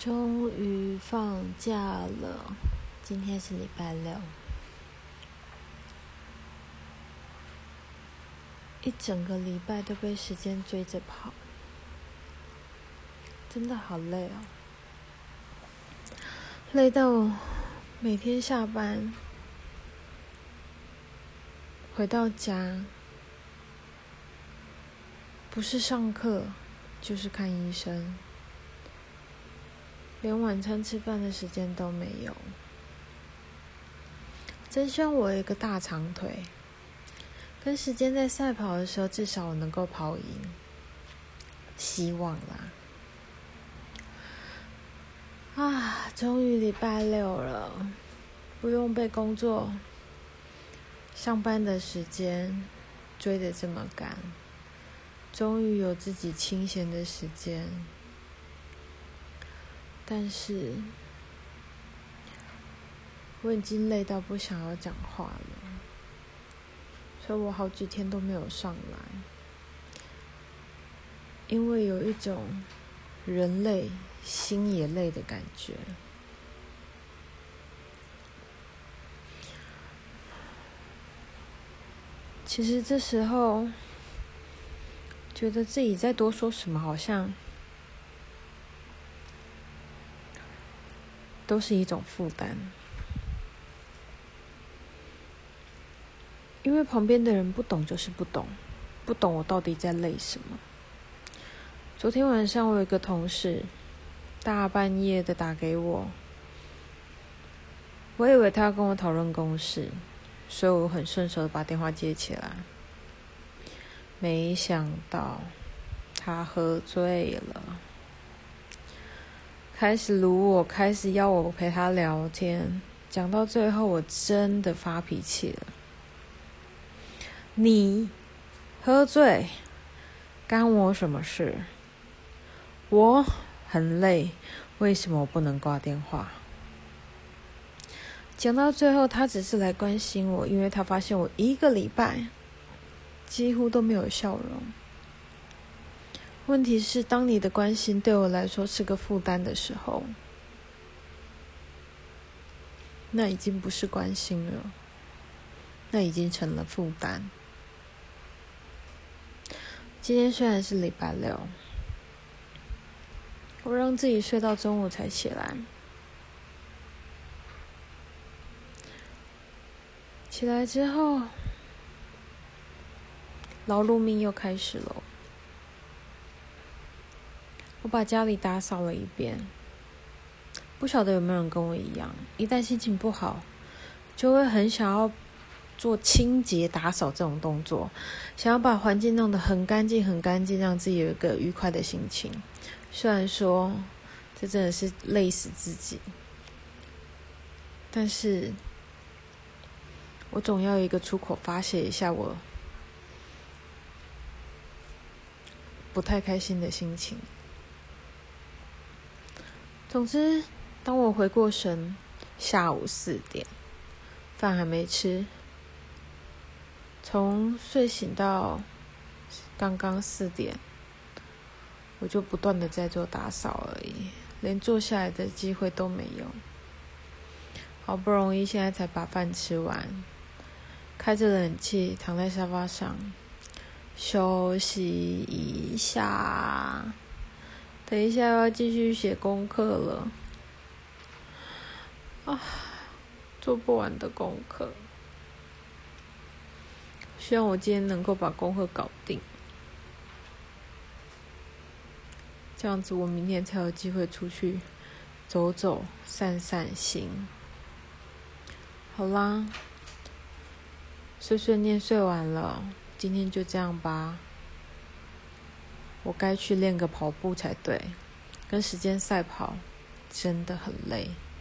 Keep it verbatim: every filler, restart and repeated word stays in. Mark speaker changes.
Speaker 1: 终于放假了，今天是礼拜六，一整个礼拜都被时间追着跑，真的好累哦，累到每天下班回到家，不是上课就是看医生，连晚餐吃饭的时间都没有。真希望我有一个大长腿，跟时间在赛跑的时候，至少我能够跑赢。希望啦。啊，终于礼拜六了，不用被工作上班的时间追得这么赶，终于有自己清闲的时间。但是我已经累到不想要讲话了，所以我好几天都没有上来，因为有一种人累心也累的感觉。其实这时候觉得自己再多说什么好像都是一种负担，因为旁边的人不懂就是不懂，不懂我到底在累什么。昨天晚上我有一个同事大半夜的打给我，我以为他要跟我讨论公事，所以我很顺手的把电话接起来，没想到他喝醉了，开始撸我，开始要我陪他聊天，讲到最后我真的发脾气了。你喝醉干我什么事？我很累，为什么我不能挂电话？讲到最后他只是来关心我，因为他发现我一个礼拜几乎都没有笑容。问题是当你的关心对我来说是个负担的时候，那已经不是关心了，那已经成了负担。今天虽然是礼拜六，我让自己睡到中午才起来。起来之后，劳碌命又开始了。我把家里打扫了一遍，不晓得有没有人跟我一样，一旦心情不好，就会很想要做清洁打扫这种动作，想要把环境弄得很干净很干净，让自己有一个愉快的心情。虽然说这真的是累死自己，但是我总要有一个出口发泄一下我不太开心的心情。总之，当我回过神，下午四点，饭还没吃，从睡醒到刚刚四点，我就不断的在做打扫而已，连坐下来的机会都没有。好不容易现在才把饭吃完，开着冷气躺在沙发上休息一下，等一下又要继续写功课了啊，做不完的功课。希望我今天能够把功课搞定，这样子我明天才有机会出去走走散散心。好啦，碎碎念睡完了，今天就这样吧。我该去练个跑步才对，跟时间赛跑真的很累。